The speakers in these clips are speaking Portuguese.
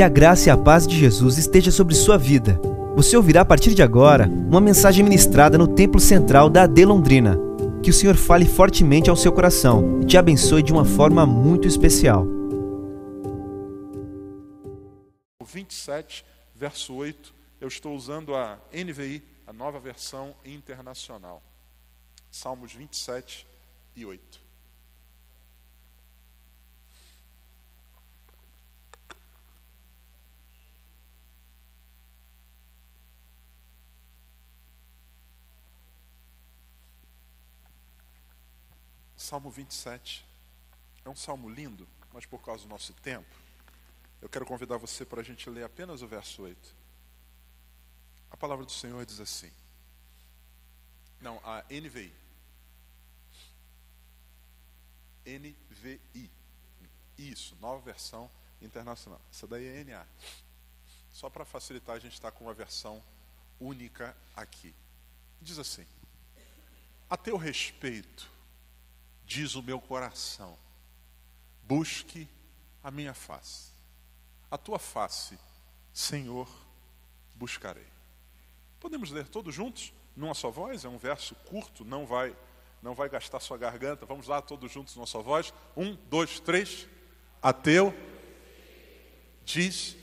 Que a graça e a paz de Jesus esteja sobre sua vida. Você ouvirá a partir de agora uma mensagem ministrada no Templo Central da AD Londrina. Que o Senhor fale fortemente ao seu coração e te abençoe de uma forma muito especial. 27, verso 8, eu estou usando a NVI, a nova versão internacional. Salmos 27 e 8. Salmo 27 é um salmo lindo, mas por causa do nosso tempo, eu quero convidar você para a gente ler apenas o verso 8. A palavra do Senhor diz assim. Não, a NVI. NVI. Isso, nova versão internacional. Essa daí é NA. Só para facilitar, a gente está com uma versão única aqui. Diz assim. A teu respeito, diz o meu coração, busque a minha face. A tua face, Senhor, buscarei. Podemos ler todos juntos, numa só voz? É um verso curto, não vai gastar sua garganta. Vamos lá, todos juntos, numa só voz. 1, 2, 3. A teu, diz,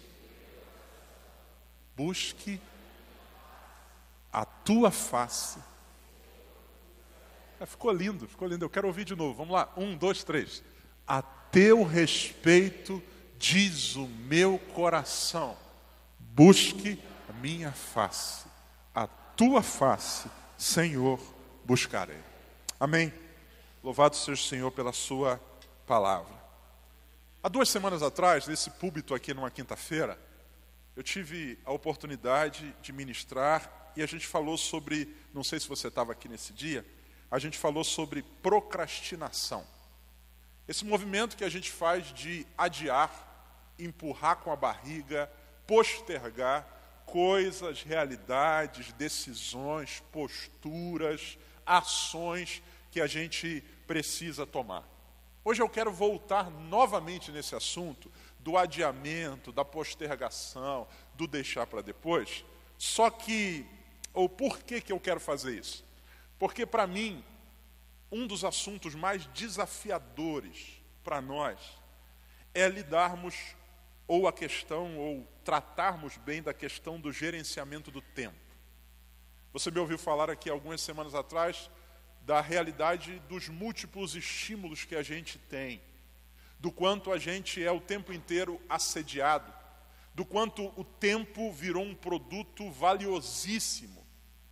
busque a tua face. Ficou lindo, ficou lindo. Eu quero ouvir de novo. Vamos lá, 1, 2, 3. A teu respeito, diz o meu coração, busque a minha face. A tua face, Senhor, buscarei. Amém. Louvado seja o Senhor pela sua palavra. Há 2 semanas atrás, nesse púlpito aqui numa quinta-feira, eu tive a oportunidade de ministrar e a gente falou sobre, não sei se você estava aqui nesse dia, a gente falou sobre procrastinação. Esse movimento que a gente faz de adiar, empurrar com a barriga, postergar coisas, realidades, decisões, posturas, ações que a gente precisa tomar. Hoje eu quero voltar novamente nesse assunto do adiamento, da postergação, do deixar para depois. Só que, ou por que eu quero fazer isso? Porque para mim, um dos assuntos mais desafiadores para nós é lidarmos ou tratarmos bem da questão do gerenciamento do tempo. Você me ouviu falar aqui algumas semanas atrás da realidade dos múltiplos estímulos que a gente tem, do quanto a gente é o tempo inteiro assediado, do quanto o tempo virou um produto valiosíssimo.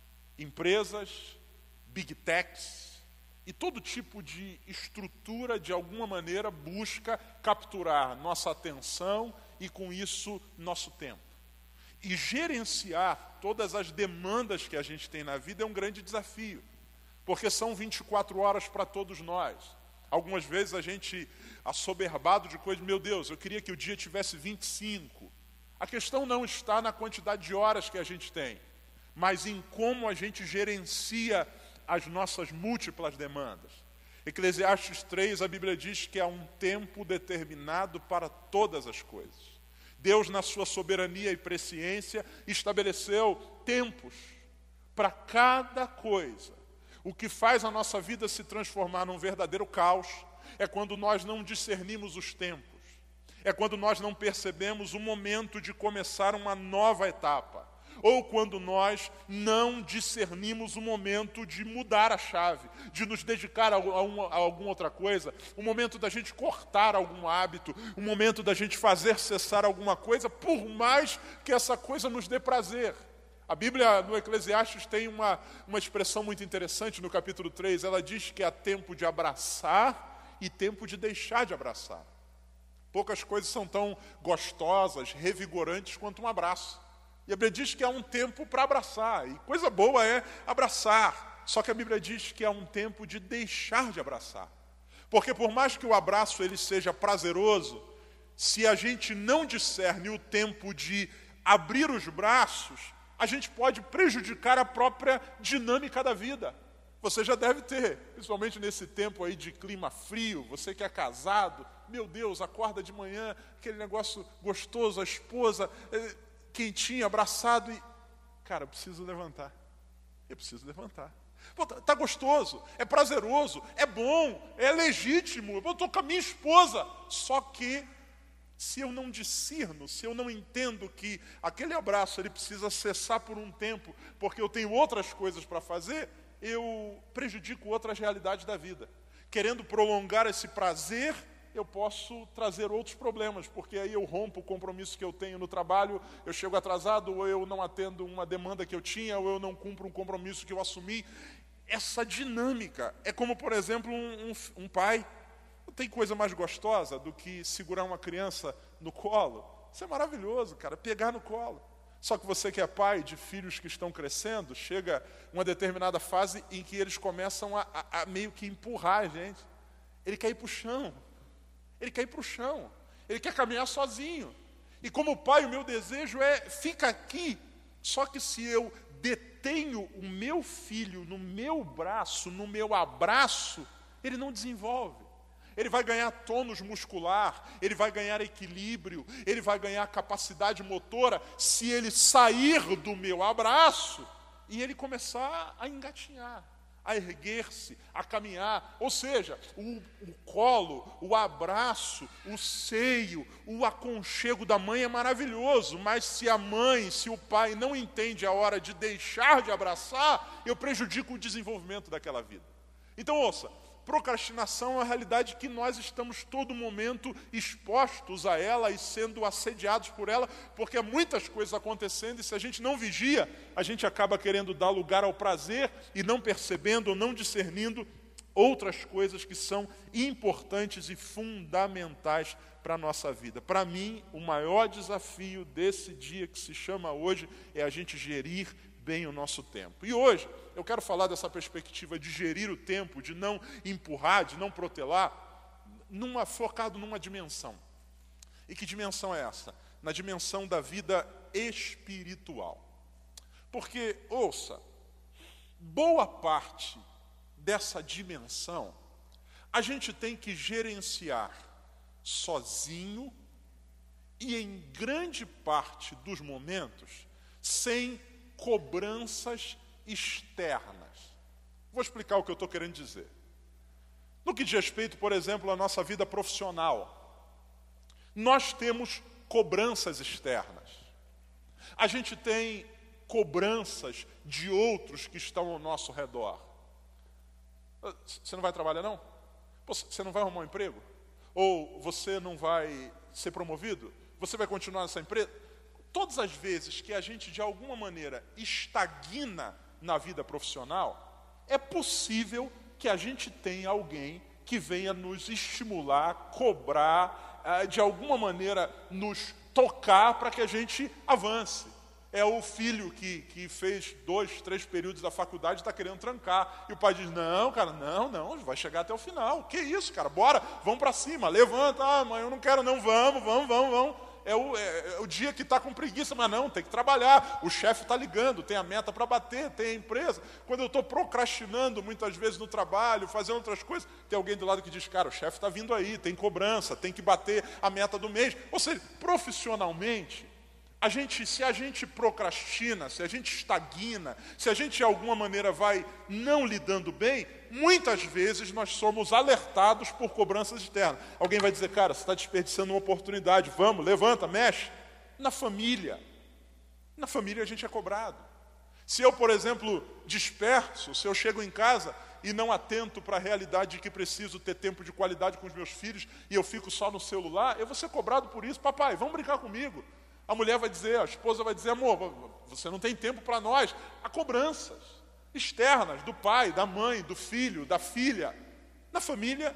Empresas, Big Techs e todo tipo de estrutura, de alguma maneira, busca capturar nossa atenção e, com isso, nosso tempo. E gerenciar todas as demandas que a gente tem na vida é um grande desafio, porque são 24 horas para todos nós. Algumas vezes a gente, assoberbado de coisas, meu Deus, eu queria que o dia tivesse 25. A questão não está na quantidade de horas que a gente tem, mas em como a gente gerencia as nossas múltiplas demandas. Eclesiastes 3, a Bíblia diz que há um tempo determinado para todas as coisas. Deus, na sua soberania e presciência, estabeleceu tempos para cada coisa. O que faz a nossa vida se transformar num verdadeiro caos é quando nós não discernimos os tempos. É quando nós não percebemos o momento de começar uma nova etapa. Ou quando nós não discernimos o momento de mudar a chave, de nos dedicar a alguma outra coisa, o momento da gente cortar algum hábito, o momento da gente fazer cessar alguma coisa, por mais que essa coisa nos dê prazer. A Bíblia, no Eclesiastes, tem uma expressão muito interessante no capítulo 3, ela diz que há tempo de abraçar e tempo de deixar de abraçar. Poucas coisas são tão gostosas, revigorantes quanto um abraço. E a Bíblia diz que há um tempo para abraçar, e coisa boa é abraçar. Só que a Bíblia diz que há um tempo de deixar de abraçar. Porque por mais que o abraço ele seja prazeroso, se a gente não discerne o tempo de abrir os braços, a gente pode prejudicar a própria dinâmica da vida. Você já deve ter, principalmente nesse tempo aí de clima frio, você que é casado, meu Deus, acorda de manhã, aquele negócio gostoso, a esposa quentinha, abraçado e... Cara, eu preciso levantar. Pô, tá gostoso, é prazeroso, é bom, é legítimo, eu estou com a minha esposa. Só que, se eu não discerno, se eu não entendo que aquele abraço ele precisa cessar por um tempo, porque eu tenho outras coisas para fazer, eu prejudico outras realidades da vida. Querendo prolongar esse prazer, eu posso trazer outros problemas, porque aí eu rompo o compromisso que eu tenho no trabalho, eu chego atrasado, ou eu não atendo uma demanda que eu tinha, ou eu não cumpro um compromisso que eu assumi. Essa dinâmica é como, por exemplo, um pai. Não tem coisa mais gostosa do que segurar uma criança no colo? Isso é maravilhoso, cara, pegar no colo. Só que você que é pai de filhos que estão crescendo, chega uma determinada fase em que eles começam a meio que empurrar a gente. Ele quer ir para o chão. Ele quer caminhar sozinho. E como pai, o meu desejo é, fica aqui. Só que se eu detenho o meu filho no meu braço, no meu abraço, ele não desenvolve. Ele vai ganhar tônus muscular, ele vai ganhar equilíbrio, ele vai ganhar capacidade motora se ele sair do meu abraço e ele começar a engatinhar, a erguer-se, a caminhar. Ou seja, o colo, o abraço, o seio, o aconchego da mãe é maravilhoso, mas se a mãe, se o pai não entende a hora de deixar de abraçar, eu prejudico o desenvolvimento daquela vida. Então ouça, procrastinação é uma realidade que nós estamos todo momento expostos a ela e sendo assediados por ela, porque há muitas coisas acontecendo e se a gente não vigia, a gente acaba querendo dar lugar ao prazer e não percebendo ou não discernindo outras coisas que são importantes e fundamentais para a nossa vida. Para mim, o maior desafio desse dia que se chama hoje é a gente gerir bem o nosso tempo. E hoje, eu quero falar dessa perspectiva de gerir o tempo, de não empurrar, de não protelar, focado numa dimensão. E que dimensão é essa? Na dimensão da vida espiritual. Porque, ouça, boa parte dessa dimensão a gente tem que gerenciar sozinho e em grande parte dos momentos sem cobranças externas. Vou explicar o que eu estou querendo dizer. No que diz respeito, por exemplo, à nossa vida profissional, nós temos cobranças externas. A gente tem cobranças de outros que estão ao nosso redor. Você não vai trabalhar, não? Você não vai arrumar um emprego? Ou você não vai ser promovido? Você vai continuar nessa empresa? Todas as vezes que a gente, de alguma maneira, estagna na vida profissional, é possível que a gente tenha alguém que venha nos estimular, cobrar, de alguma maneira nos tocar para que a gente avance. É o filho que fez 2, 3 períodos da faculdade e está querendo trancar. E o pai diz, não, cara, não, vai chegar até o final. Que isso, cara, bora, vamos para cima, levanta. Ah, mãe, eu não quero não, vamos. É o dia que está com preguiça, mas não, tem que trabalhar. O chefe está ligando, tem a meta para bater, tem a empresa. Quando eu estou procrastinando muitas vezes no trabalho, fazendo outras coisas, tem alguém do lado que diz, cara, o chefe está vindo aí, tem cobrança, tem que bater a meta do mês. Ou seja, profissionalmente, se a gente procrastina, se a gente estagna, se a gente de alguma maneira vai não lidando bem, muitas vezes nós somos alertados por cobranças externas. Alguém vai dizer, cara, você está desperdiçando uma oportunidade, vamos, levanta, mexe. Na família a gente é cobrado. Se eu, por exemplo, disperso, se eu chego em casa e não atento para a realidade de que preciso ter tempo de qualidade com os meus filhos e eu fico só no celular, eu vou ser cobrado por isso. Papai, vamos brincar comigo. A mulher vai dizer, a esposa vai dizer, amor, você não tem tempo para nós. Há cobranças externas do pai, da mãe, do filho, da filha. Na família,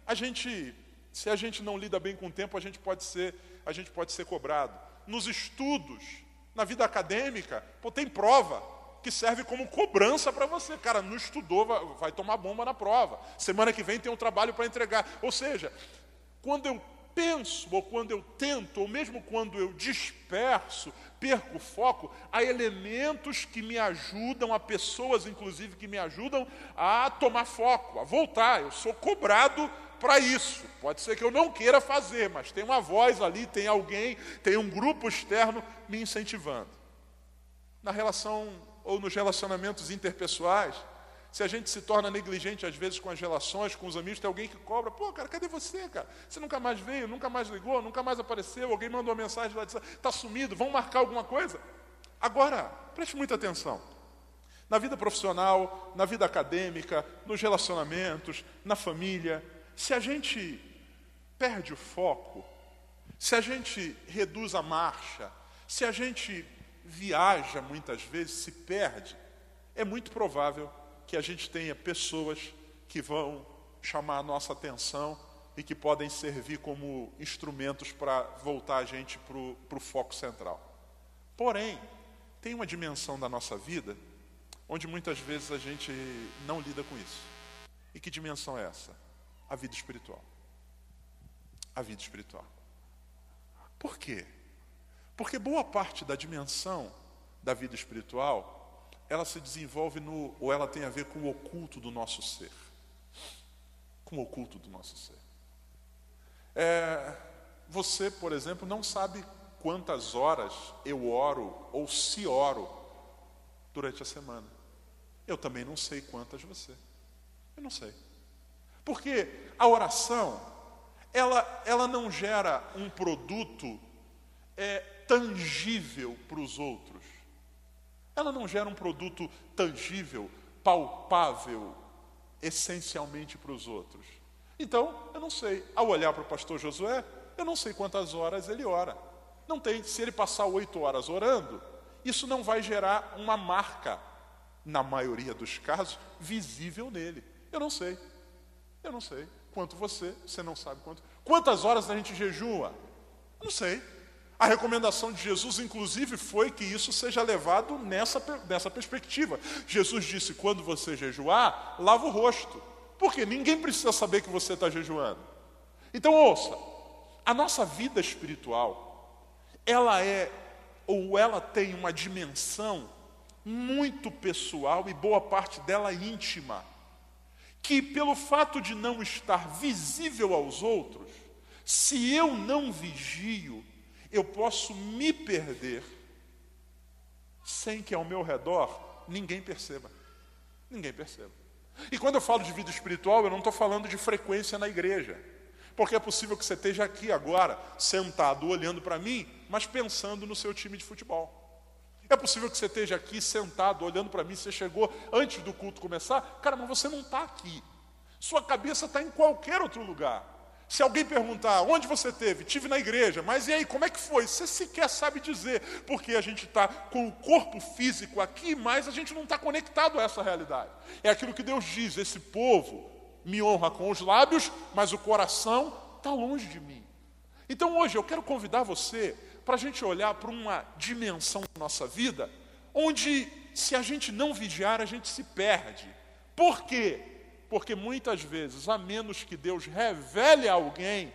se a gente não lida bem com o tempo, a gente pode ser cobrado. Nos estudos, na vida acadêmica, tem prova que serve como cobrança para você. Cara, não estudou, vai tomar bomba na prova. Semana que vem tem um trabalho para entregar. Ou seja, quando eu penso, ou quando eu tento, ou mesmo quando eu disperso, perco o foco, há elementos que me ajudam, há pessoas, inclusive, que me ajudam a tomar foco, a voltar. Eu sou cobrado para isso. Pode ser que eu não queira fazer, mas tem uma voz ali, tem alguém, tem um grupo externo me incentivando. Na relação ou nos relacionamentos interpessoais, se a gente se torna negligente, às vezes, com as relações, com os amigos, tem alguém que cobra. Pô, cara, cadê você, cara? Você nunca mais veio, nunca mais ligou, nunca mais apareceu. Alguém mandou uma mensagem lá, está sumido, vamos marcar alguma coisa? Agora, preste muita atenção. Na vida profissional, na vida acadêmica, nos relacionamentos, na família, se a gente perde o foco, se a gente reduz a marcha, se a gente viaja muitas vezes, se perde, é muito provável que a gente tenha pessoas que vão chamar a nossa atenção e que podem servir como instrumentos para voltar a gente para o foco central. Porém, tem uma dimensão da nossa vida onde muitas vezes a gente não lida com isso. E que dimensão é essa? A vida espiritual. A vida espiritual. Por quê? Porque boa parte da dimensão da vida espiritual, ela se desenvolve ou ela tem a ver com o oculto do nosso ser. Com o oculto do nosso ser. Você, por exemplo, não sabe quantas horas eu oro ou se oro durante a semana. Eu também não sei quantas você. Eu não sei. Porque a oração, ela não gera um produto tangível para os outros. Ela não gera um produto tangível, palpável, essencialmente para os outros. Então, eu não sei. Ao olhar para o pastor Josué, eu não sei quantas horas ele ora. Não tem. Se ele passar 8 horas orando, isso não vai gerar uma marca, na maioria dos casos, visível nele. Eu não sei. Eu não sei. Quanto você não sabe quanto. Quantas horas a gente jejua? Eu não sei. A recomendação de Jesus, inclusive, foi que isso seja levado nessa perspectiva. Jesus disse, quando você jejuar, lava o rosto. Porque ninguém precisa saber que você está jejuando. Então, ouça, a nossa vida espiritual, ela tem uma dimensão muito pessoal e boa parte dela íntima, que pelo fato de não estar visível aos outros, se eu não vigio, eu posso me perder sem que ao meu redor ninguém perceba. Ninguém perceba. E quando eu falo de vida espiritual, eu não estou falando de frequência na igreja. Porque é possível que você esteja aqui agora, sentado, olhando para mim, mas pensando no seu time de futebol. É possível que você esteja aqui, sentado, olhando para mim, você chegou antes do culto começar. Cara, mas você não está aqui. Sua cabeça está em qualquer outro lugar. Se alguém perguntar, onde você esteve? Tive na igreja. Mas e aí, como é que foi? Você sequer sabe dizer, porque a gente está com o corpo físico aqui, mas a gente não está conectado a essa realidade. É aquilo que Deus diz, esse povo me honra com os lábios, mas o coração está longe de mim. Então hoje eu quero convidar você para a gente olhar para uma dimensão da nossa vida, onde se a gente não vigiar, a gente se perde. Por quê? Porque muitas vezes, a menos que Deus revele a alguém,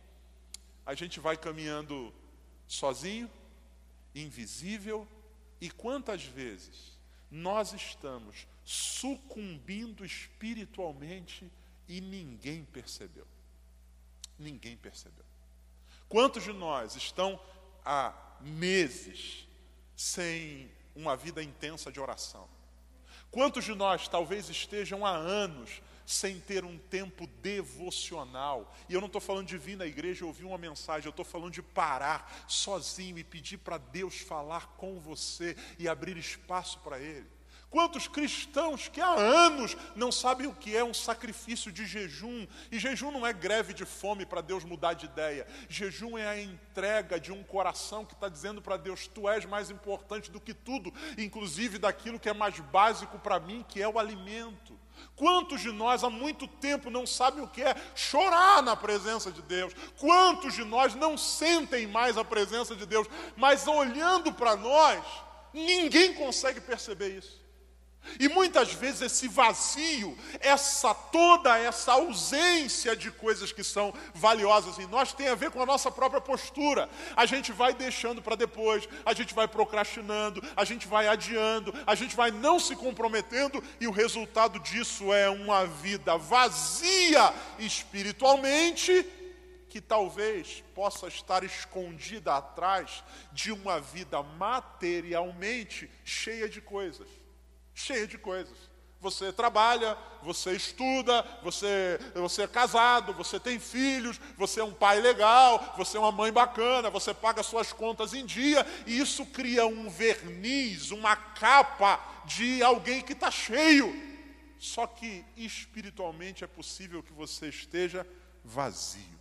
a gente vai caminhando sozinho, invisível, e quantas vezes nós estamos sucumbindo espiritualmente e ninguém percebeu. Ninguém percebeu. Quantos de nós estão há meses sem uma vida intensa de oração? Quantos de nós talvez estejam há anos sem ter um tempo devocional? E eu não estou falando de vir na igreja e ouvir uma mensagem, eu estou falando de parar sozinho e pedir para Deus falar com você e abrir espaço para Ele. Quantos cristãos que há anos não sabem o que é um sacrifício de jejum? E jejum não é greve de fome para Deus mudar de ideia. Jejum é a entrega de um coração que está dizendo para Deus, tu és mais importante do que tudo, inclusive daquilo que é mais básico para mim, que é o alimento. Quantos de nós há muito tempo não sabem o que é chorar na presença de Deus? Quantos de nós não sentem mais a presença de Deus? Mas olhando para nós, ninguém consegue perceber isso. E muitas vezes esse vazio, toda essa ausência de coisas que são valiosas em nós tem a ver com a nossa própria postura. A gente vai deixando para depois, a gente vai procrastinando, a gente vai adiando, a gente vai não se comprometendo e o resultado disso é uma vida vazia espiritualmente, que talvez possa estar escondida atrás de uma vida materialmente cheia de coisas. Cheia de coisas. Você trabalha, você estuda, você é casado, você tem filhos, você é um pai legal, você é uma mãe bacana, você paga suas contas em dia, e isso cria um verniz, uma capa de alguém que está cheio. Só que espiritualmente é possível que você esteja vazio.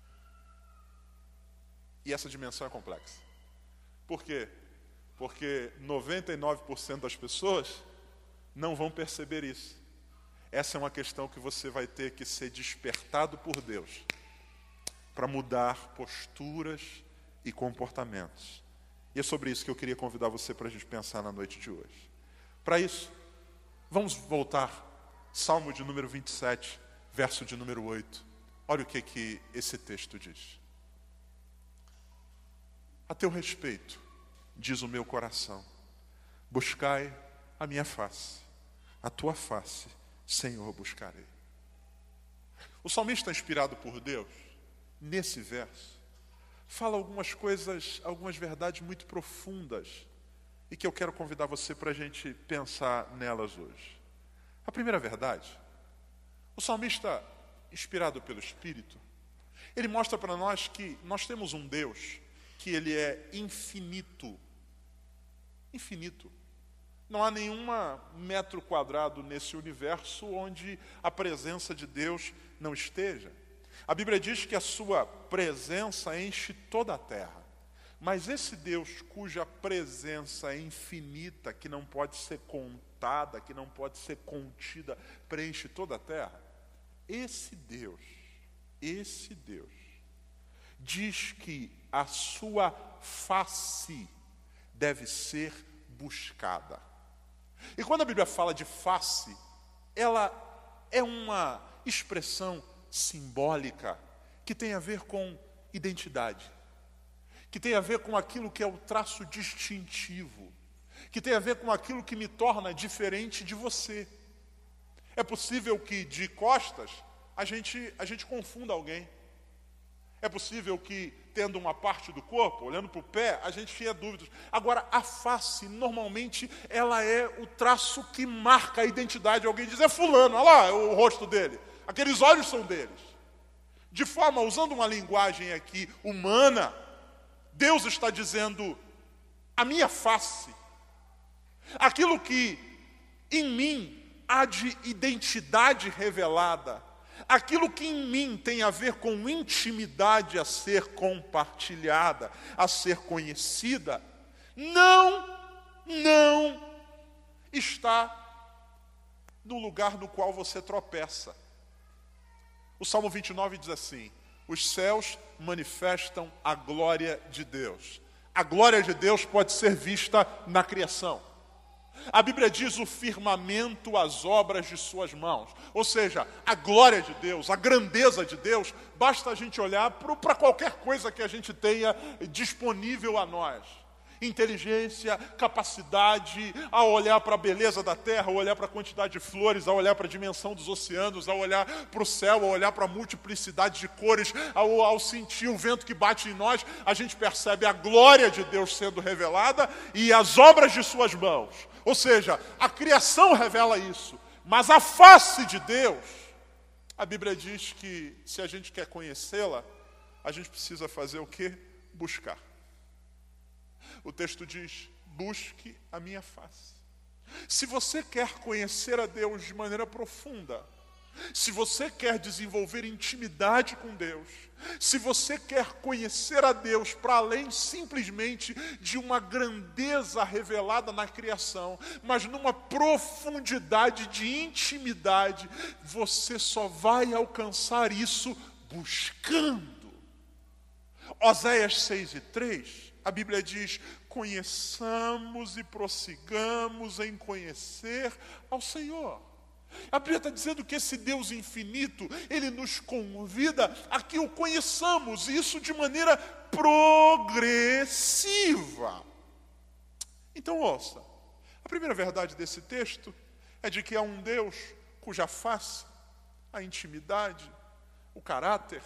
E essa dimensão é complexa. Por quê? Porque 99% das pessoas não vão perceber isso. Essa é uma questão que você vai ter que ser despertado por Deus para mudar posturas e comportamentos. E é sobre isso que eu queria convidar você para a gente pensar na noite de hoje. Para isso, vamos voltar, Salmo de número 27, verso de número 8. Olha o que esse texto diz. A teu respeito, diz o meu coração, buscai a minha face. A tua face, Senhor, buscarei. O salmista, inspirado por Deus, nesse verso, fala algumas coisas, algumas verdades muito profundas e que eu quero convidar você para a gente pensar nelas hoje. A primeira verdade, o salmista, inspirado pelo Espírito, ele mostra para nós que nós temos um Deus que ele é infinito. Infinito. Não há nenhum metro quadrado nesse universo onde a presença de Deus não esteja. A Bíblia diz que a sua presença enche toda a terra. Mas esse Deus cuja presença é infinita, que não pode ser contada, que não pode ser contida, preenche toda a terra. Esse Deus diz que a sua face deve ser buscada. E quando a Bíblia fala de face, ela é uma expressão simbólica que tem a ver com identidade, que tem a ver com aquilo que é o traço distintivo, que tem a ver com aquilo que me torna diferente de você. É possível que de costas a gente confunda alguém. É possível que, tendo uma parte do corpo, olhando para o pé, a gente tenha dúvidas. Agora, a face, normalmente, ela é o traço que marca a identidade. Alguém diz, é fulano, olha lá o rosto dele. Aqueles olhos são deles. De forma, usando uma linguagem aqui humana, Deus está dizendo, a minha face, aquilo que em mim há de identidade revelada, aquilo que em mim tem a ver com intimidade a ser compartilhada, a ser conhecida, não está no lugar no qual você tropeça. O Salmo 29 diz assim, os céus manifestam a glória de Deus. A glória de Deus pode ser vista na criação. A Bíblia diz o firmamento, as obras de suas mãos. Ou seja, a glória de Deus, a grandeza de Deus, basta a gente olhar para qualquer coisa que a gente tenha disponível a nós. Inteligência, capacidade, a olhar para a beleza da terra, a olhar para a quantidade de flores, a olhar para a dimensão dos oceanos, a olhar para o céu, a olhar para a multiplicidade de cores, ao sentir o vento que bate em nós, a gente percebe a glória de Deus sendo revelada e as obras de suas mãos. Ou seja, a criação revela isso, mas a face de Deus, a Bíblia diz que se a gente quer conhecê-la, a gente precisa fazer o quê? Buscar. O texto diz, busque a minha face. Se você quer conhecer a Deus de maneira profunda, se você quer desenvolver intimidade com Deus, se você quer conhecer a Deus para além simplesmente de uma grandeza revelada na criação, mas numa profundidade de intimidade, você só vai alcançar isso buscando. Oséias 6:3 a Bíblia diz: conheçamos e prossigamos em conhecer ao Senhor. A Bíblia está dizendo que esse Deus infinito, Ele nos convida a que o conheçamos, e isso de maneira progressiva. Então ouça, a primeira verdade desse texto é de que há um Deus cuja face, a intimidade, o caráter,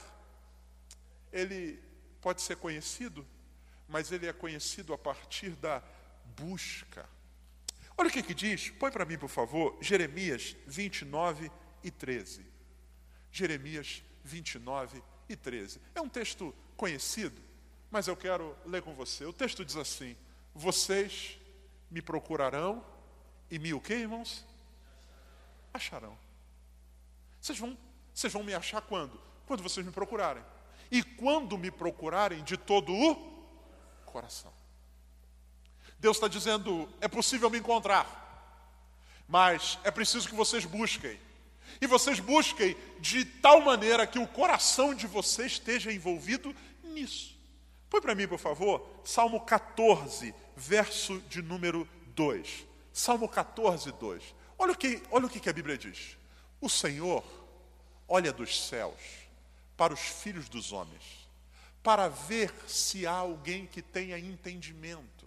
Ele pode ser conhecido, mas Ele é conhecido a partir da busca. Olha o que diz, põe para mim, por favor, Jeremias 29 e 13. Jeremias 29 e 13. É um texto conhecido, mas eu quero ler com você. O texto diz assim: vocês me procurarão e me o quê, irmãos? Acharão. Vocês vão me achar quando? Quando vocês me procurarem. E quando me procurarem de todo o coração. Deus está dizendo: é possível me encontrar, mas é preciso que vocês busquem. E vocês busquem de tal maneira que o coração de vocês esteja envolvido nisso. Põe para mim, por favor, Salmo 14, verso de número 2. Salmo 14, 2. Olha o que a Bíblia diz. O Senhor olha dos céus para os filhos dos homens, para ver se há alguém que tenha entendimento.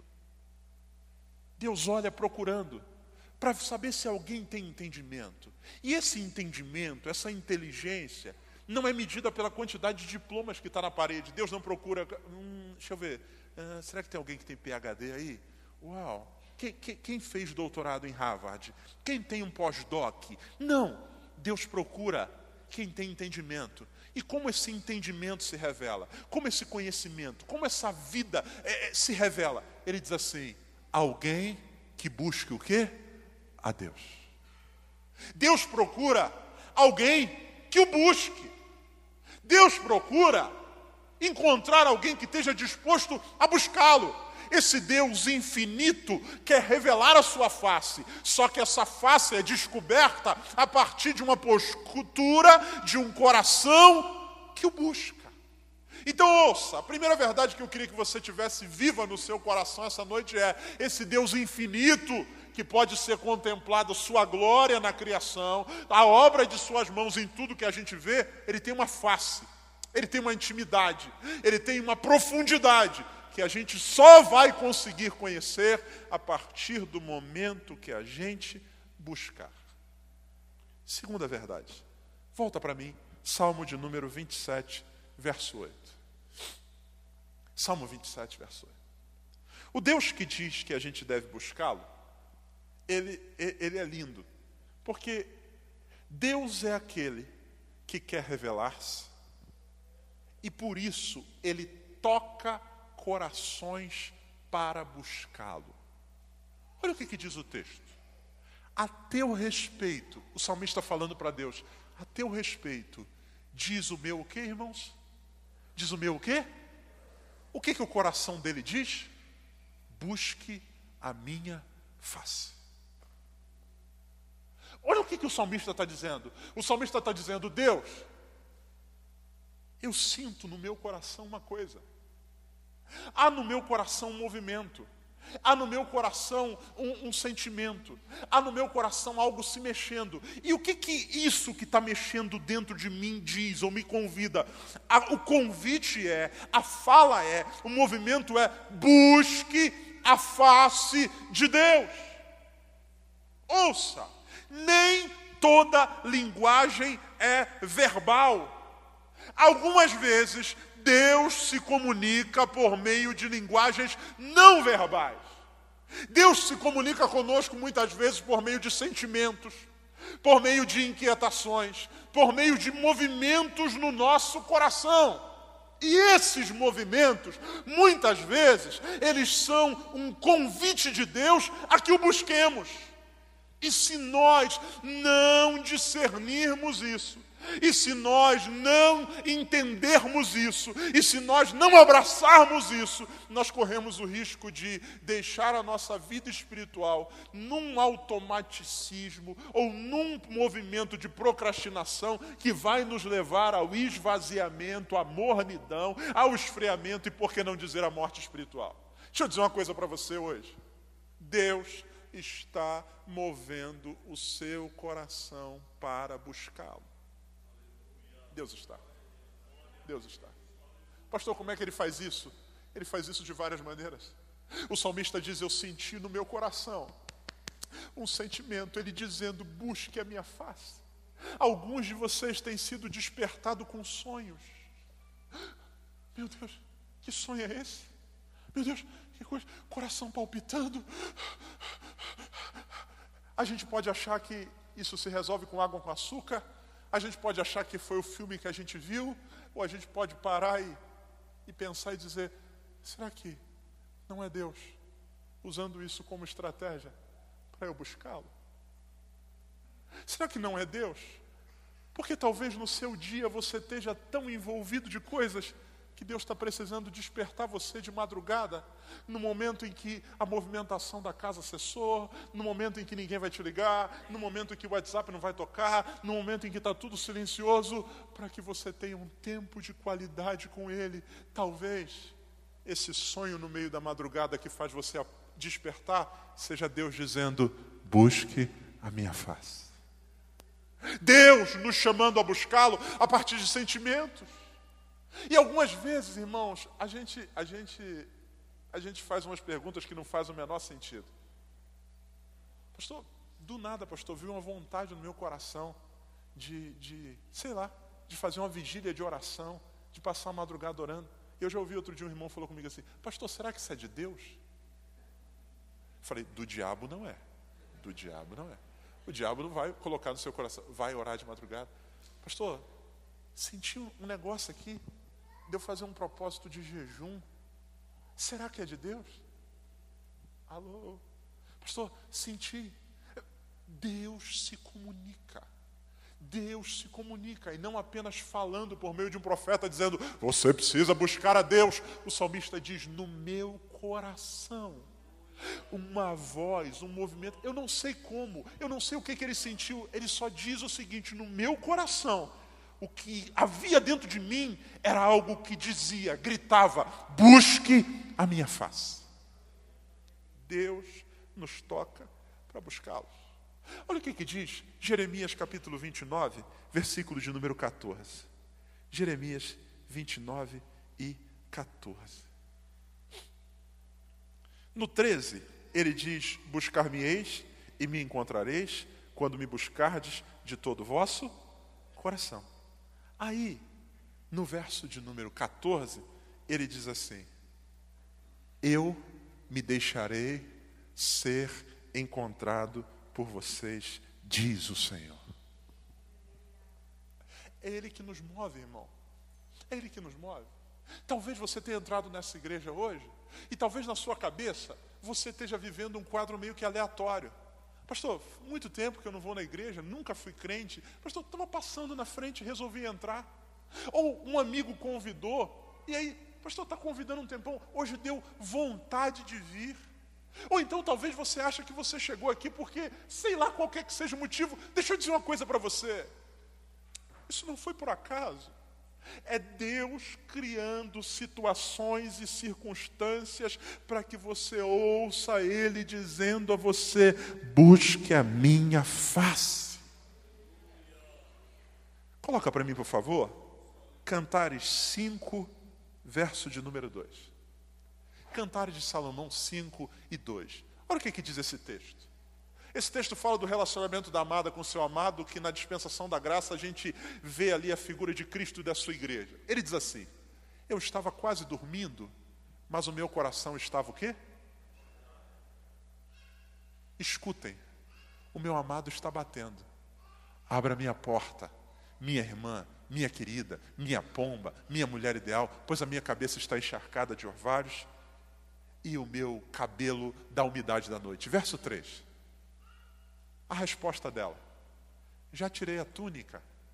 Deus olha procurando, para saber se alguém tem entendimento. E esse entendimento, essa inteligência, não é medida pela quantidade de diplomas que está na parede. Deus não procura... deixa eu ver, será que tem alguém que tem PhD aí? Uau! Quem fez doutorado em Harvard? Quem tem um pós-doc? Não! Deus procura quem tem entendimento. E como esse entendimento se revela? Como esse conhecimento? Como essa vida se revela? Ele diz assim: alguém que busque o quê? A Deus. Deus procura alguém que o busque. Deus procura encontrar alguém que esteja disposto a buscá-lo. Esse Deus infinito quer revelar a sua face, só que essa face é descoberta a partir de uma postura, de um coração que o busca. Então ouça, a primeira verdade que eu queria que você tivesse viva no seu coração essa noite é: esse Deus infinito, que pode ser contemplado sua glória na criação, a obra de suas mãos em tudo que a gente vê, Ele tem uma face, Ele tem uma intimidade, Ele tem uma profundidade, que a gente só vai conseguir conhecer a partir do momento que a gente buscar. Segunda verdade, volta para mim, Salmo de número 27, verso 8. Salmo 27, verso 8. O Deus que diz que a gente deve buscá-lo, ele é lindo, porque Deus é aquele que quer revelar-se, e por isso Ele toca corações para buscá-lo. Olha o que diz o texto. A teu respeito, o salmista falando para Deus: a teu respeito, diz o meu o quê, irmãos? Diz o meu o quê? O que o coração dele diz? Busque a minha face. Olha o que o salmista está dizendo. O salmista está dizendo: Deus, eu sinto no meu coração uma coisa. Há no meu coração um movimento. Há no meu coração um sentimento. Há no meu coração algo se mexendo. E o que isso que está mexendo dentro de mim diz ou me convida? O convite a fala o movimento busque a face de Deus. Ouça, nem toda linguagem é verbal. Algumas vezes Deus se comunica por meio de linguagens não verbais. Deus se comunica conosco muitas vezes por meio de sentimentos, por meio de inquietações, por meio de movimentos no nosso coração. E esses movimentos, muitas vezes, eles são um convite de Deus a que o busquemos. E se nós não discernirmos isso, E se nós não entendermos isso, e se nós não abraçarmos isso, nós corremos o risco de deixar a nossa vida espiritual num automaticismo ou num movimento de procrastinação que vai nos levar ao esvaziamento, à mornidão, ao esfriamento e, por que não dizer, à morte espiritual. Deixa eu dizer uma coisa para você hoje. Deus está movendo o seu coração para buscá-lo. Deus está. Deus está. Pastor, como é que ele faz isso? Ele faz isso de várias maneiras. O salmista diz, eu senti no meu coração um sentimento, ele dizendo, busque a minha face. Alguns de vocês têm sido despertados com sonhos. Meu Deus, que sonho é esse? Meu Deus, que coisa, coração palpitando. A gente pode achar que isso se resolve com água com açúcar. A gente pode achar que foi o filme que a gente viu, ou a gente pode parar e pensar e dizer, será que não é Deus usando isso como estratégia para eu buscá-lo? Será que não é Deus? Porque talvez no seu dia você esteja tão envolvido de coisas que Deus está precisando despertar você de madrugada, no momento em que a movimentação da casa cessou, no momento em que ninguém vai te ligar, no momento em que o WhatsApp não vai tocar, no momento em que está tudo silencioso, para que você tenha um tempo de qualidade com Ele. Talvez esse sonho no meio da madrugada que faz você despertar, seja Deus dizendo, busque a minha face. Deus nos chamando a buscá-lo a partir de sentimentos. E algumas vezes, irmãos, a gente faz umas perguntas que não fazem o menor sentido. Pastor, do nada, pastor, viu uma vontade no meu coração de fazer uma vigília de oração, de passar a madrugada orando. Eu já ouvi outro dia um irmão falou comigo assim, pastor, será que isso é de Deus? Eu falei, do diabo não é. Do diabo não é. O diabo não vai colocar no seu coração, vai orar de madrugada. Pastor, senti um negócio aqui, de eu fazer um propósito de jejum. Será que é de Deus? Alô? Pastor, senti. Deus se comunica. Deus se comunica. E não apenas falando por meio de um profeta dizendo, você precisa buscar a Deus. O salmista diz, no meu coração. Uma voz, um movimento. Eu não sei como, eu não sei o que ele sentiu. Ele só diz o seguinte, no meu coração. O que havia dentro de mim era algo que dizia, gritava, busque a minha face. Deus nos toca para buscá-los. Olha o que diz Jeremias capítulo 29, versículo de número 14. Jeremias 29 e 14. No 13, ele diz, buscar-me-eis e me encontrareis, quando me buscardes de todo o vosso coração. Aí, no verso de número 14, ele diz assim, eu me deixarei ser encontrado por vocês, diz o Senhor. É Ele que nos move, irmão. É Ele que nos move. Talvez você tenha entrado nessa igreja hoje, e talvez na sua cabeça, você esteja vivendo um quadro meio que aleatório. Pastor, muito tempo que eu não vou na igreja, nunca fui crente. Pastor, estava passando na frente e resolvi entrar. Ou um amigo convidou, e aí, pastor, está convidando um tempão, hoje deu vontade de vir. Ou então talvez você acha que você chegou aqui porque, sei lá, qualquer que seja o motivo. Deixa eu dizer uma coisa para você. Isso não foi por acaso. É Deus criando situações e circunstâncias para que você ouça Ele dizendo a você, busque a minha face. Coloca para mim, por favor, Cantares 5, verso de número 2. Cantares de Salomão 5 e 2. Olha o que diz esse texto. Esse texto fala do relacionamento da amada com o seu amado, que na dispensação da graça a gente vê ali a figura de Cristo e da sua igreja. Ele diz assim, eu estava quase dormindo, mas o meu coração estava o quê? Escutem, o meu amado está batendo. Abra minha porta, minha irmã, minha querida, minha pomba, minha mulher ideal, pois a minha cabeça está encharcada de orvalhos e o meu cabelo da umidade da noite. Verso 3. A resposta dela, já tirei a túnica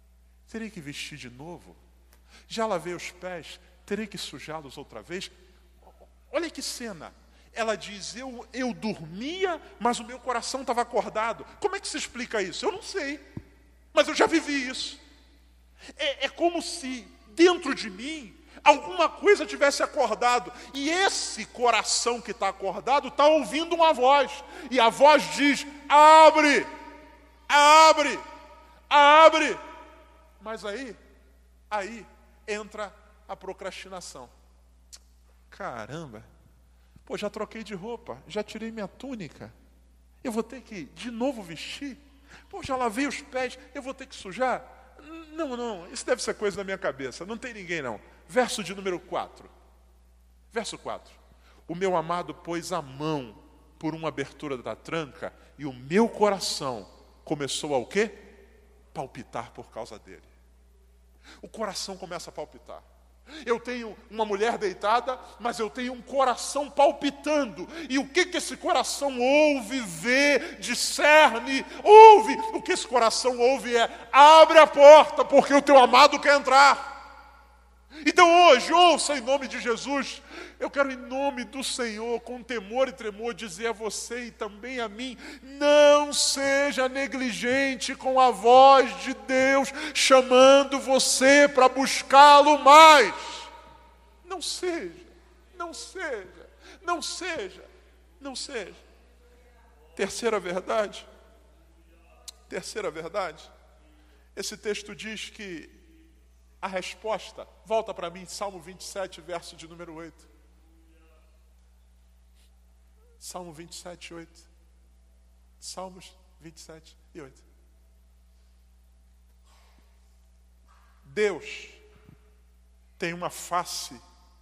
Terei que vestir de novo? Já lavei os pés, terei que sujá-los outra vez? Olha que cena. Ela diz, eu dormia, mas o meu coração estava acordado. Como é que se explica isso? Eu não sei, mas eu já vivi isso. É como se dentro de mim alguma coisa tivesse acordado. E esse coração que está acordado está ouvindo uma voz. E a voz diz, abre, abre, abre. Mas aí entra a procrastinação. Caramba, já troquei de roupa, já tirei minha túnica. Eu vou ter que de novo vestir? Já lavei os pés, eu vou ter que sujar? Não, isso deve ser coisa da minha cabeça, não tem ninguém não. Verso de número 4. Verso 4. O meu amado pôs a mão por uma abertura da tranca e o meu coração começou a o quê? Palpitar por causa dele. O coração começa a palpitar. Eu tenho uma mulher deitada, mas eu tenho um coração palpitando. E o que esse coração ouve, vê, discerne, ouve? O que esse coração ouve é, abre a porta, porque o teu amado quer entrar. Então hoje, ouça em nome de Jesus, eu quero em nome do Senhor, com temor e tremor, dizer a você e também a mim, não seja negligente com a voz de Deus, chamando você para buscá-lo mais. Não seja, não seja, não seja, não seja. Terceira verdade, esse texto diz que a resposta, volta para mim, Salmo 27, verso de número 8. Salmo 27, 8. Salmos 27 e 8. Deus tem uma face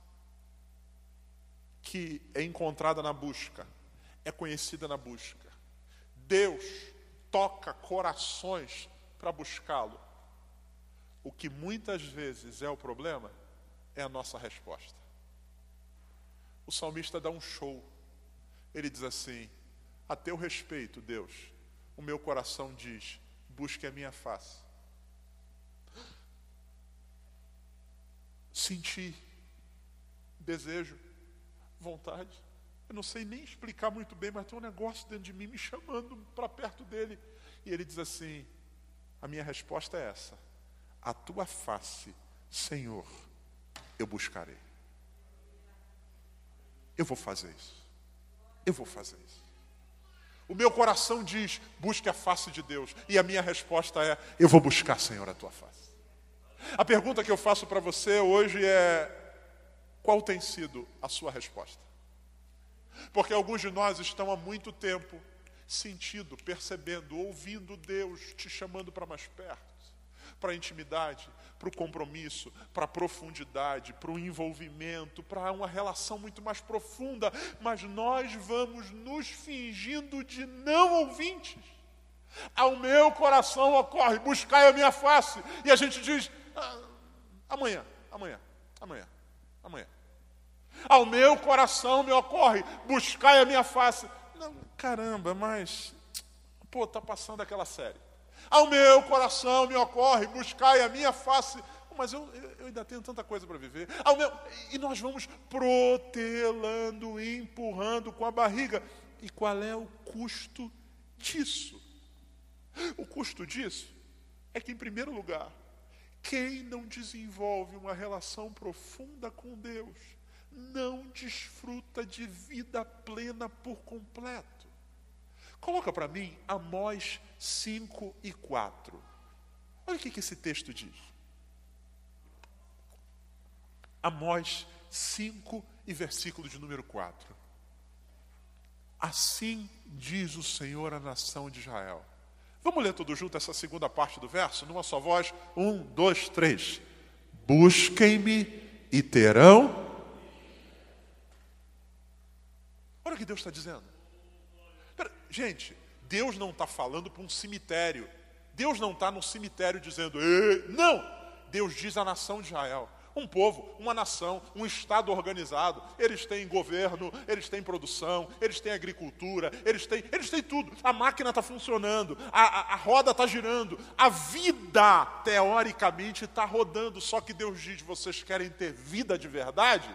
que é encontrada na busca, é conhecida na busca. Deus toca corações para buscá-lo. O que muitas vezes é o problema é a nossa resposta. O salmista dá um show. Ele diz assim, a teu respeito, Deus, o meu coração diz, busque a minha face. Senti, desejo, vontade. Eu não sei nem explicar muito bem, mas tem um negócio dentro de mim me chamando para perto dele. E ele diz assim, a minha resposta é essa. A tua face, Senhor, eu buscarei. Eu vou fazer isso. Eu vou fazer isso. O meu coração diz, busque a face de Deus. E a minha resposta é, eu vou buscar, Senhor, a tua face. A pergunta que eu faço para você hoje é, qual tem sido a sua resposta? Porque alguns de nós estão há muito tempo sentindo, percebendo, ouvindo Deus te chamando para mais perto. Para a intimidade, para o compromisso, para a profundidade, para o envolvimento, para uma relação muito mais profunda, mas nós vamos nos fingindo de não ouvintes. Ao meu coração ocorre, buscai a minha face, e a gente diz, amanhã. Ao meu coração me ocorre, buscai a minha face. Não, caramba, mas, está passando aquela série. Ao meu coração me ocorre, buscai a minha face. Mas eu ainda tenho tanta coisa para viver. E nós vamos protelando, empurrando com a barriga. E qual é o custo disso? O custo disso é que, em primeiro lugar, quem não desenvolve uma relação profunda com Deus, não desfruta de vida plena por completo. Coloca para mim Amós 5 e 4. Olha o que esse texto diz. Amós 5 e versículo de número 4. Assim diz o Senhor à nação de Israel. Vamos ler tudo junto essa segunda parte do verso, numa só voz. 1, 2, 3. Busquem-me e terão. Olha o que Deus está dizendo. Gente, Deus não está falando para um cemitério. Deus não está no cemitério dizendo, ei, não! Deus diz à nação de Israel, Um povo, uma nação, um Estado organizado. Eles têm governo, eles têm produção, eles têm agricultura, eles têm tudo. A máquina está funcionando, a roda está girando, a vida, teoricamente, está rodando. Só que Deus diz, vocês querem ter vida de verdade?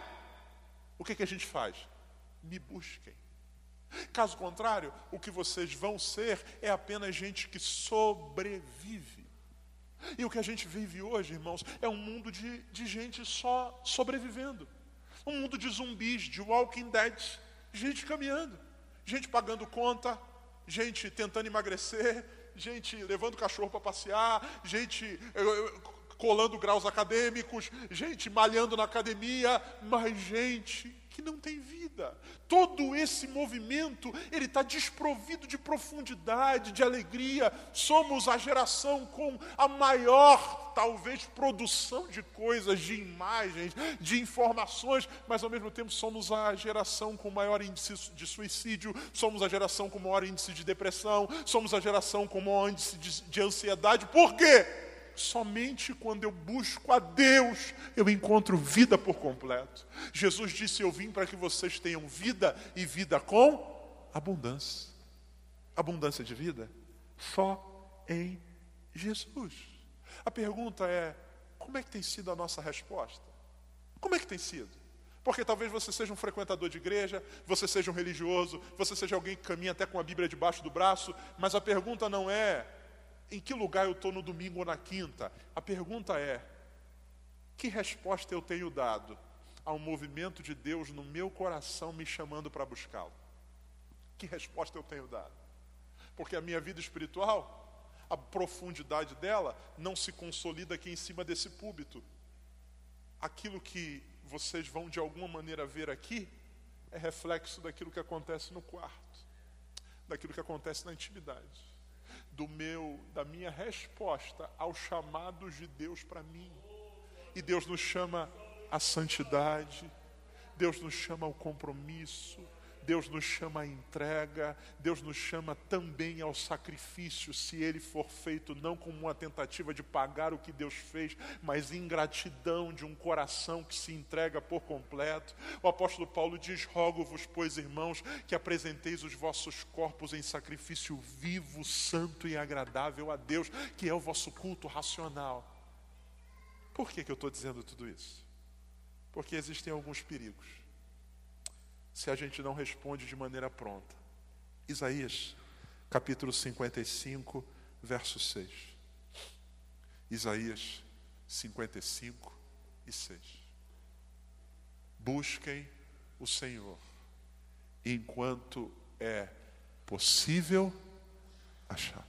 O que a gente faz? Me busquem. Caso contrário, o que vocês vão ser é apenas gente que sobrevive. E o que a gente vive hoje, irmãos, é um mundo de gente só sobrevivendo. Um mundo de zumbis, de walking dead. Gente caminhando, gente pagando conta, gente tentando emagrecer, gente levando cachorro para passear, gente colando graus acadêmicos, gente malhando na academia, mas gente que não tem vida. Todo esse movimento, ele está desprovido de profundidade, de alegria. Somos a geração com a maior, talvez, produção de coisas, de imagens, de informações, mas ao mesmo tempo somos a geração com maior índice de suicídio, somos a geração com maior índice de depressão, somos a geração com maior índice de ansiedade. Por quê? Somente quando eu busco a Deus, eu encontro vida por completo. Jesus disse, eu vim para que vocês tenham vida e vida com abundância. Abundância de vida? Só em Jesus. A pergunta é, como é que tem sido a nossa resposta? Como é que tem sido? Porque talvez você seja um frequentador de igreja, você seja um religioso, você seja alguém que caminha até com a Bíblia debaixo do braço, mas a pergunta não é em que lugar eu estou no domingo ou na quinta. A pergunta é, que resposta eu tenho dado ao movimento de Deus no meu coração me chamando para buscá-lo? Que resposta eu tenho dado? Porque a minha vida espiritual, a profundidade dela não se consolida aqui em cima desse púlpito. Aquilo que vocês vão de alguma maneira ver aqui é reflexo daquilo que acontece no quarto, daquilo que acontece na intimidade, da minha resposta aos chamados de Deus para mim. E Deus nos chama à santidade, Deus nos chama ao compromisso, Deus nos chama à entrega, Deus nos chama também ao sacrifício, se ele for feito não como uma tentativa de pagar o que Deus fez, mas em gratidão de um coração que se entrega por completo. O apóstolo Paulo diz, rogo-vos, pois, irmãos, que apresenteis os vossos corpos em sacrifício vivo, santo e agradável a Deus, que é o vosso culto racional. Por que eu estou dizendo tudo isso? Porque existem alguns perigos se a gente não responde de maneira pronta. Isaías, capítulo 55, verso 6. Isaías 55 e 6. Busquem o Senhor, enquanto é possível achar.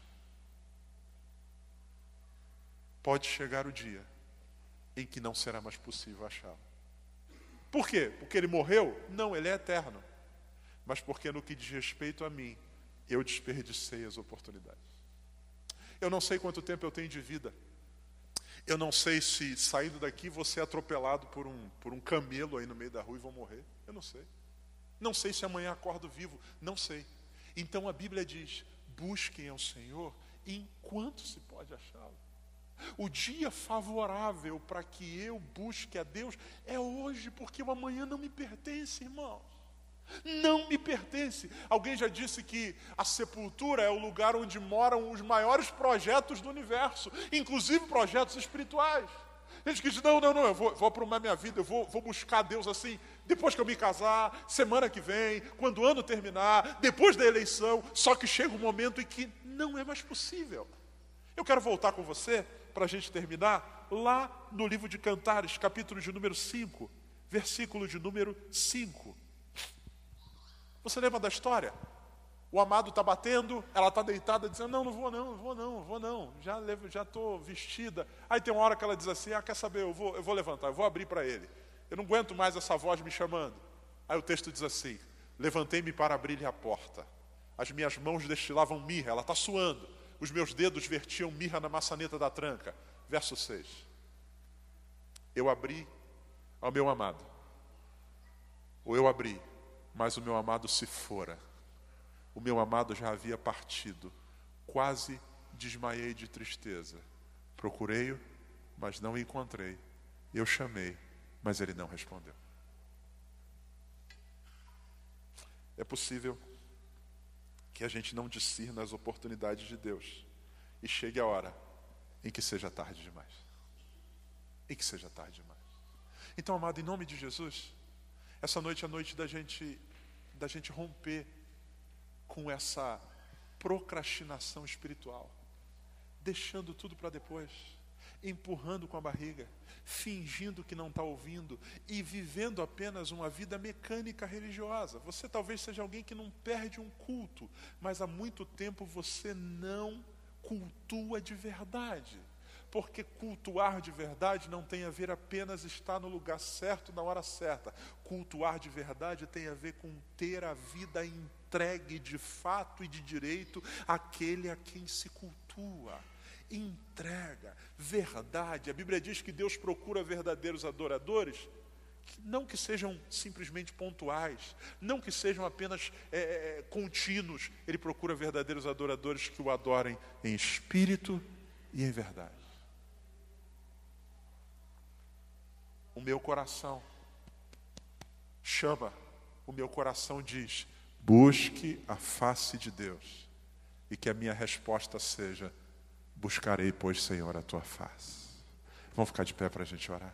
Pode chegar o dia em que não será mais possível achá-lo. Por quê? Porque ele morreu? Não, ele é eterno. Mas porque no que diz respeito a mim, eu desperdicei as oportunidades. Eu não sei quanto tempo eu tenho de vida. Eu não sei se saindo daqui vou ser atropelado por um camelo aí no meio da rua e vou morrer. Eu não sei. Não sei se amanhã acordo vivo. Não sei. Então a Bíblia diz, busquem ao Senhor enquanto se pode achá-lo. O dia favorável para que eu busque a Deus é hoje, porque o amanhã não me pertence, irmãos. Não me pertence. Alguém já disse que a sepultura é o lugar onde moram os maiores projetos do universo, inclusive projetos espirituais. Gente que diz, não, eu vou aprumar minha vida, eu vou buscar Deus assim, depois que eu me casar, semana que vem, quando o ano terminar, depois da eleição, só que chega um momento em que não é mais possível. Eu quero voltar com você, para a gente terminar, lá no livro de Cantares, capítulo de número 5, versículo de número 5. Você lembra da história? O amado está batendo, ela está deitada, dizendo, não vou não, já estou vestida. Aí tem uma hora que ela diz assim, quer saber, eu vou levantar, eu vou abrir para ele. Eu não aguento mais essa voz me chamando. Aí o texto diz assim, levantei-me para abrir-lhe a porta. As minhas mãos destilavam mirra, ela está suando. Os meus dedos vertiam mirra na maçaneta da tranca. Verso 6. Eu abri ao meu amado. Ou eu abri, mas o meu amado se fora. O meu amado já havia partido. Quase desmaiei de tristeza. Procurei-o, mas não o encontrei. Eu chamei, Mas ele não respondeu. É possível que a gente não discirna as oportunidades de Deus e chegue a hora em que seja tarde demais. Em que seja tarde demais. Então, amado, em nome de Jesus, essa noite é a noite da gente romper com essa procrastinação espiritual, deixando tudo para depois, empurrando com a barriga, fingindo que não está ouvindo e vivendo apenas uma vida mecânica religiosa. Você talvez seja alguém que não perde um culto, mas há muito tempo você não cultua de verdade. Porque cultuar de verdade não tem a ver apenas estar no lugar certo, na hora certa. Cultuar de verdade tem a ver com ter a vida entregue de fato e de direito àquele a quem se cultua. Entrega, verdade. A Bíblia diz que Deus procura verdadeiros adoradores, não que sejam simplesmente pontuais, não que sejam apenas contínuos. Ele procura verdadeiros adoradores que o adorem em espírito e em verdade. O meu coração chama, o meu coração diz: busque a face de Deus. E que a minha resposta seja: buscarei, pois, Senhor, a tua face. Vamos ficar de pé para a gente orar.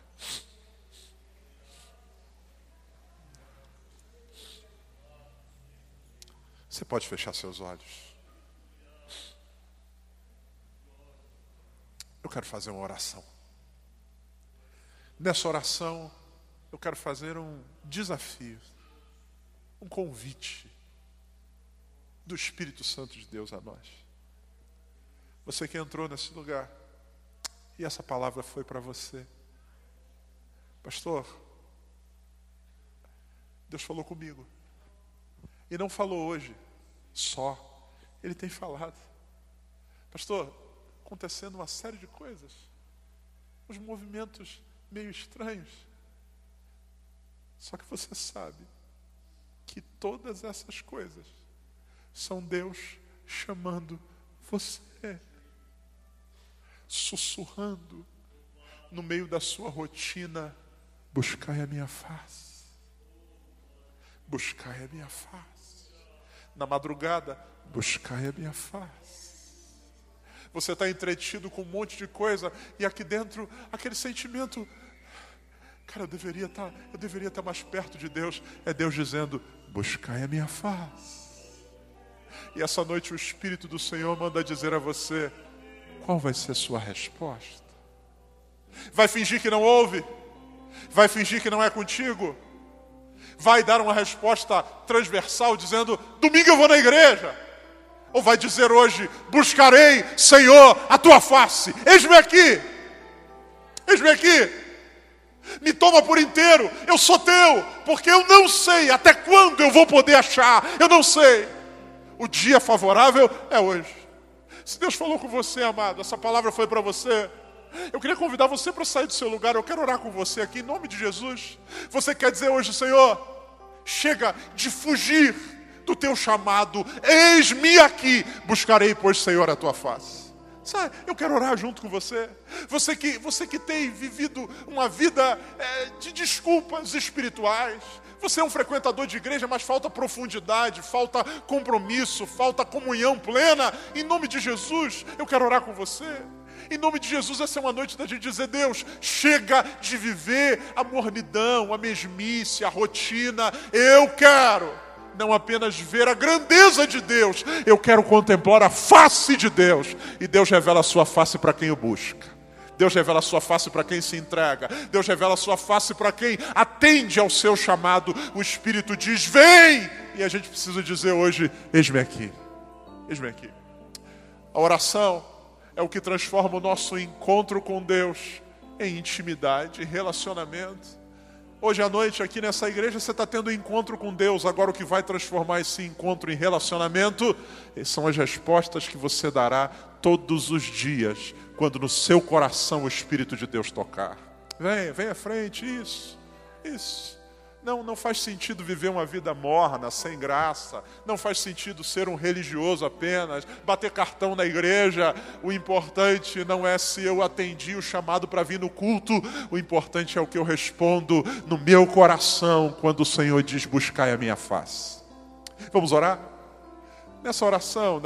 Você pode fechar seus olhos. Eu quero fazer uma oração. Nessa oração, eu quero fazer um desafio, um convite do Espírito Santo de Deus a nós. Você que entrou nesse lugar e essa palavra foi para você. Pastor, Deus falou comigo. E não falou hoje só. Ele tem falado. Pastor, acontecendo uma série de coisas. Uns movimentos meio estranhos. Só que você sabe que todas essas coisas são Deus chamando você, sussurrando no meio da sua rotina: buscai a minha face, buscai a minha face. Na madrugada, buscai a minha face. Você está entretido com um monte de coisa e aqui dentro aquele sentimento: cara, eu deveria estar mais perto de Deus. É Deus dizendo: buscai a minha face. E essa noite o Espírito do Senhor manda dizer a você: qual vai ser a sua resposta? Vai fingir que não ouve? Vai fingir que não é contigo? Vai dar uma resposta transversal dizendo: domingo eu vou na igreja? Ou vai dizer hoje: buscarei, Senhor, a tua face? Eis-me aqui. Eis-me aqui. Me toma por inteiro. Eu sou teu. Porque eu não sei até quando eu vou poder achar. Eu não sei. O dia favorável é hoje. Se Deus falou com você, amado, essa palavra foi para você, eu queria convidar você para sair do seu lugar. Eu quero orar com você aqui em nome de Jesus. Você quer dizer hoje: Senhor, chega de fugir do teu chamado. Eis-me aqui. Buscarei, pois, Senhor, a tua face. Sabe, eu quero orar junto com você. Você que tem vivido uma vida de desculpas espirituais. Você é um frequentador de igreja, mas falta profundidade, falta compromisso, falta comunhão plena. Em nome de Jesus, eu quero orar com você. Em nome de Jesus, essa é uma noite da gente dizer: Deus, chega de viver a mornidão, a mesmice, a rotina. Eu quero não apenas ver a grandeza de Deus, eu quero contemplar a face de Deus. E Deus revela a sua face para quem o busca. Deus revela a sua face para quem se entrega. Deus revela a sua face para quem atende ao seu chamado. O Espírito diz: vem! E a gente precisa dizer hoje: eis-me aqui. Eis-me aqui. A oração é o que transforma o nosso encontro com Deus em intimidade, em relacionamento. Hoje à noite, aqui nessa igreja, você está tendo um encontro com Deus. Agora, o que vai transformar esse encontro em relacionamento são as respostas que você dará todos os dias, quando no seu coração o Espírito de Deus tocar. Vem à frente, isso. Não faz sentido viver uma vida morna, sem graça. Não faz sentido ser um religioso apenas, bater cartão na igreja. O importante não é se eu atendi o chamado para vir no culto. O importante é o que eu respondo no meu coração quando o Senhor diz: buscai a minha face. Vamos orar? Nessa oração,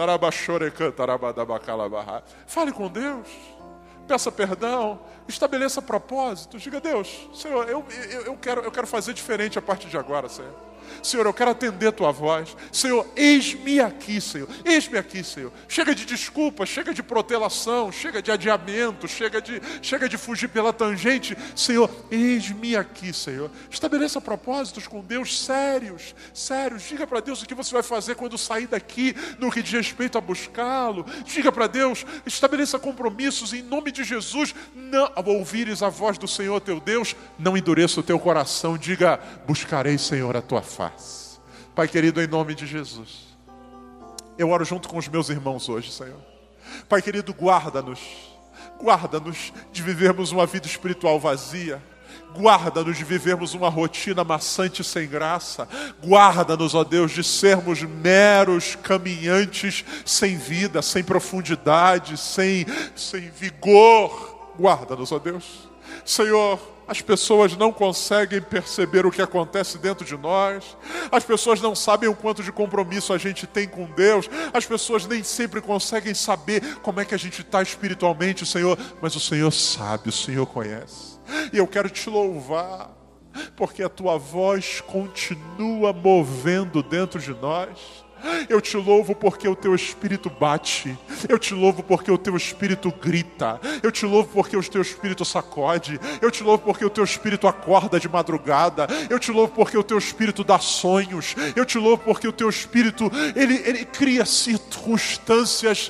fale com Deus. Peça perdão, estabeleça propósitos. Diga: Deus, Senhor, eu quero fazer diferente a partir de agora, Senhor. Senhor, eu quero atender a tua voz. Senhor, eis-me aqui, Senhor. Eis-me aqui, Senhor. Chega de desculpa, chega de protelação, chega de adiamento, chega de fugir pela tangente. Senhor, eis-me aqui, Senhor. Estabeleça propósitos com Deus sérios. Diga para Deus o que você vai fazer quando sair daqui no que diz respeito a buscá-lo. Diga para Deus, estabeleça compromissos em nome de Jesus. Não, ao ouvires a voz do Senhor teu Deus, não endureça o teu coração. Diga: buscarei, Senhor, a tua face. Pai querido, em nome de Jesus, eu oro junto com os meus irmãos hoje, Senhor. Pai querido, guarda-nos de vivermos uma vida espiritual vazia. Guarda-nos de vivermos uma rotina maçante e sem graça. Guarda-nos, ó Deus, de sermos meros caminhantes sem vida, sem profundidade, sem vigor. Guarda-nos, ó Deus. Senhor, as pessoas não conseguem perceber o que acontece dentro de nós. As pessoas não sabem o quanto de compromisso a gente tem com Deus. As pessoas nem sempre conseguem saber como é que a gente está espiritualmente, Senhor. Mas o Senhor sabe, o Senhor conhece. E eu quero te louvar, porque a tua voz continua movendo dentro de nós. Eu te louvo porque o teu Espírito bate. Eu te louvo porque o teu Espírito grita. Eu te louvo porque o teu Espírito sacode. Eu te louvo porque o teu Espírito acorda de madrugada. Eu te louvo porque o teu Espírito dá sonhos. Eu te louvo porque o teu Espírito, ele cria circunstâncias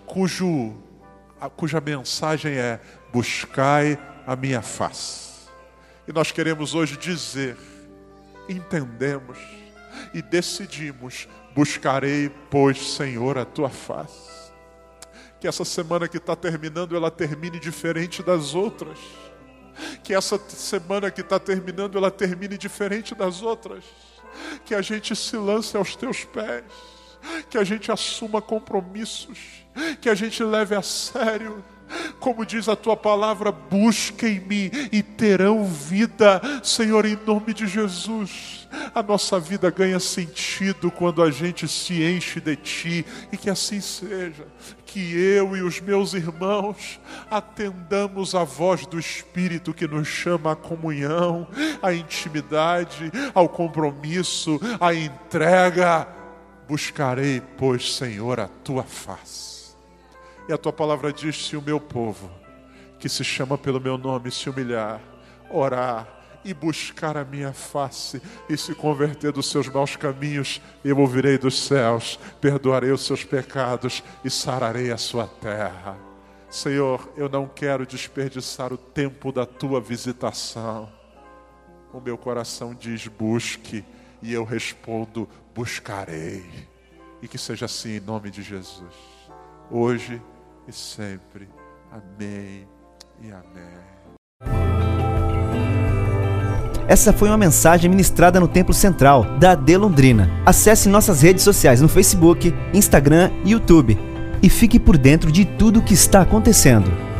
cuja mensagem é: buscai a minha face. E nós queremos hoje dizer, entendemos e decidimos: buscarei, pois, Senhor, a tua face. Que essa semana que está terminando, ela termine diferente das outras. Que essa semana que está terminando, ela termine diferente das outras. Que a gente se lance aos teus pés. Que a gente assuma compromissos. Que a gente leve a sério. Como diz a tua palavra: busquem-me e terão vida. Senhor, em nome de Jesus, a nossa vida ganha sentido quando a gente se enche de ti. E que assim seja. Que eu e os meus irmãos atendamos a voz do Espírito que nos chama à comunhão, à intimidade, ao compromisso, à entrega. Buscarei, pois, Senhor, a tua face. E a tua palavra diz: se o meu povo, que se chama pelo meu nome, se humilhar, orar e buscar a minha face e se converter dos seus maus caminhos, eu ouvirei dos céus, perdoarei os seus pecados e sararei a sua terra. Senhor, eu não quero desperdiçar o tempo da tua visitação. O meu coração diz: busque, e eu respondo: buscarei. E que seja assim em nome de Jesus, hoje e sempre. Amém e amém. Essa foi uma mensagem ministrada no Templo Central da AD Londrina. Acesse nossas redes sociais no Facebook, Instagram e YouTube. E fique por dentro de tudo o que está acontecendo.